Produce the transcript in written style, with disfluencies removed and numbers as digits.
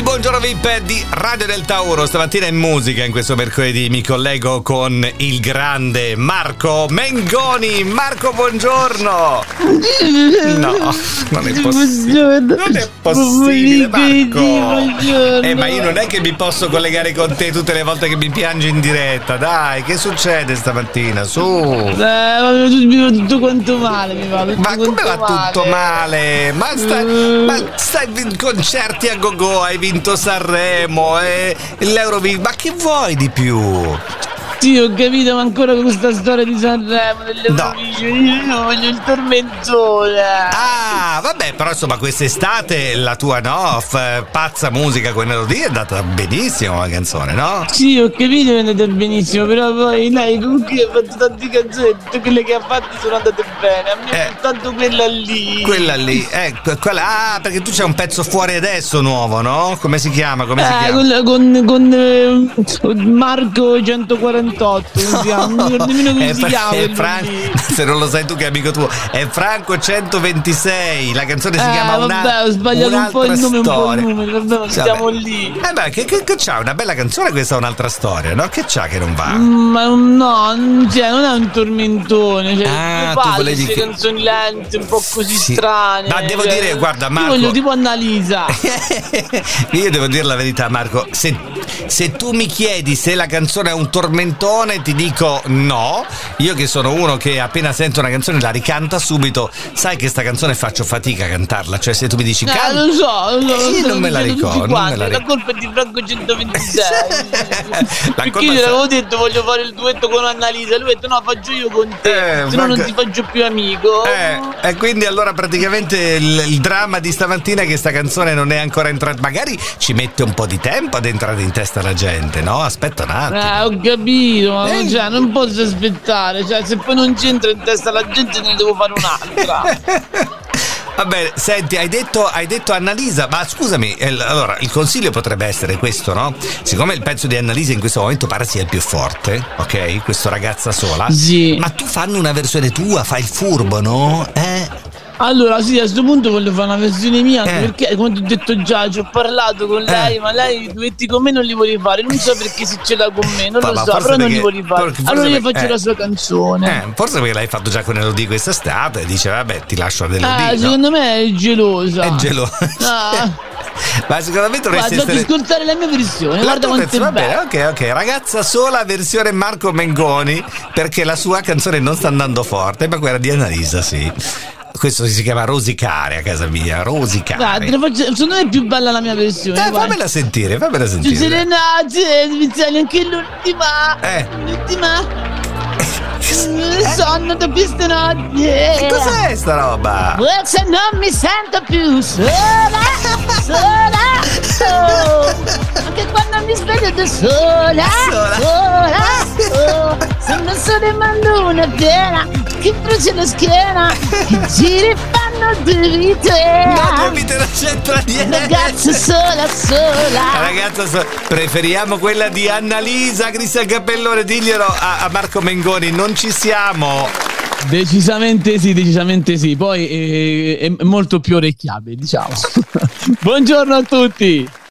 Buongiorno VIP di Radio del Tauro. Stamattina in musica, in questo mercoledì, mi collego con il grande Marco Mengoni. Marco, buongiorno. No, non è possibile. Non è possibile, Marco. Ma io non è che mi posso collegare con te tutte le volte che mi piangi in diretta. Dai, che succede stamattina? Su. Mi va tutto quanto male, Ma come va tutto male? Ma stai in concerti a gogo, hai vinto Sanremo e l'Eurovision, ma che vuoi di più? Sì, ho capito, ma ancora con questa storia di Sanremo, dell'Eurovision, io voglio il tormentone. Ah, vabbè, però insomma quest'estate la tua pazza musica con Elodie è andata benissimo la canzone, no? Sì, ho capito che è andata benissimo, però poi lei comunque ha fatto tante canzoni e tutte quelle che ha fatto sono andate bene, a me è soltanto quella lì. Quella lì, perché tu c'è un pezzo fuori adesso nuovo, no? Come si chiama? Quella con Marco 148. Non ricordo nemmeno come si chiama. Se non lo sai tu che è amico tuo, è Franco 126. La canzone si chiama ho sbagliato un po' il nome, storia. Un po' il nome, vabbè, stiamo lì. Che c'ha una bella canzone, questa è un'altra storia, no? Che c'ha che non va? Ma no, cioè, non è un tormentone, cioè, tu volevi queste canzoni lente, un po' così strane. Ma devo dire, guarda Marco, io voglio tipo Annalisa. Io devo dire la verità, Marco, se tu mi chiedi se la canzone è un tormentone, ti dico no. Io che sono uno che appena sento una canzone la ricanta subito. Sai che sta canzone faccio fatica a cantarla. Cioè se tu mi dici lo so, io non me la ricordo. La colpa è di Franco 126. Perché io colpa l'avevo detto voglio fare il duetto con Annalisa. Lui ha detto no, faccio io con te, se no non ti faccio più amico. E quindi allora praticamente il dramma di stamattina è che sta canzone non è ancora entrata. Magari ci mette un po' di tempo ad entrare in testa alla gente, no? Aspetta un attimo. Ho capito, ma cioè, non posso aspettare, cioè se poi non c'entra in testa la gente ne devo fare un'altra. Vabbè, senti, hai detto Annalisa, ma scusami, allora il consiglio potrebbe essere questo, no? Siccome il pezzo di Annalisa in questo momento pare sia il più forte, ok? Questo Ragazza sola. Sì. Ma tu fanno una versione tua, fai il furbo, no? Allora sì, a questo punto voglio fare una versione mia, anche perché come ti ho detto già, ci ho parlato con lei, ma lei i duetti con me non li vuole fare, non so perché se ce l'ha con me, non lo so, però non li vuole fare. Allora io faccio la sua canzone. Forse perché l'hai fatto già con Elodie quest'estate e dice vabbè ti lascio ad Elodie. Secondo me è gelosa. È gelosa. Ma secondo me dovresti essere... ascoltare la mia versione, guarda quanto va bene, ok, Ragazza sola versione Marco Mengoni, perché la sua canzone non sta andando forte, ma quella di Annalisa sì. Questo si chiama Rosicare a casa mia, Rosicare. Secondo me è più bella la mia versione. Fammela sentire. Ci serenate, iniziali anche l'ultima. L'ultima. Sonno da più stanotte. Che cos'è sta roba? Se non mi sento più sola. Anche quando mi sveglio da sola. Sono solo in luna piena che brucia la schiena, che giri e fanno due vite. No, due vite non c'entra niente. Ragazza sola. Ragazza sola. Preferiamo quella di Annalisa. Cristian Cappellone, diglielo a Marco Mengoni, non ci siamo. Decisamente sì. Poi è molto più orecchiabile, diciamo. Buongiorno a tutti.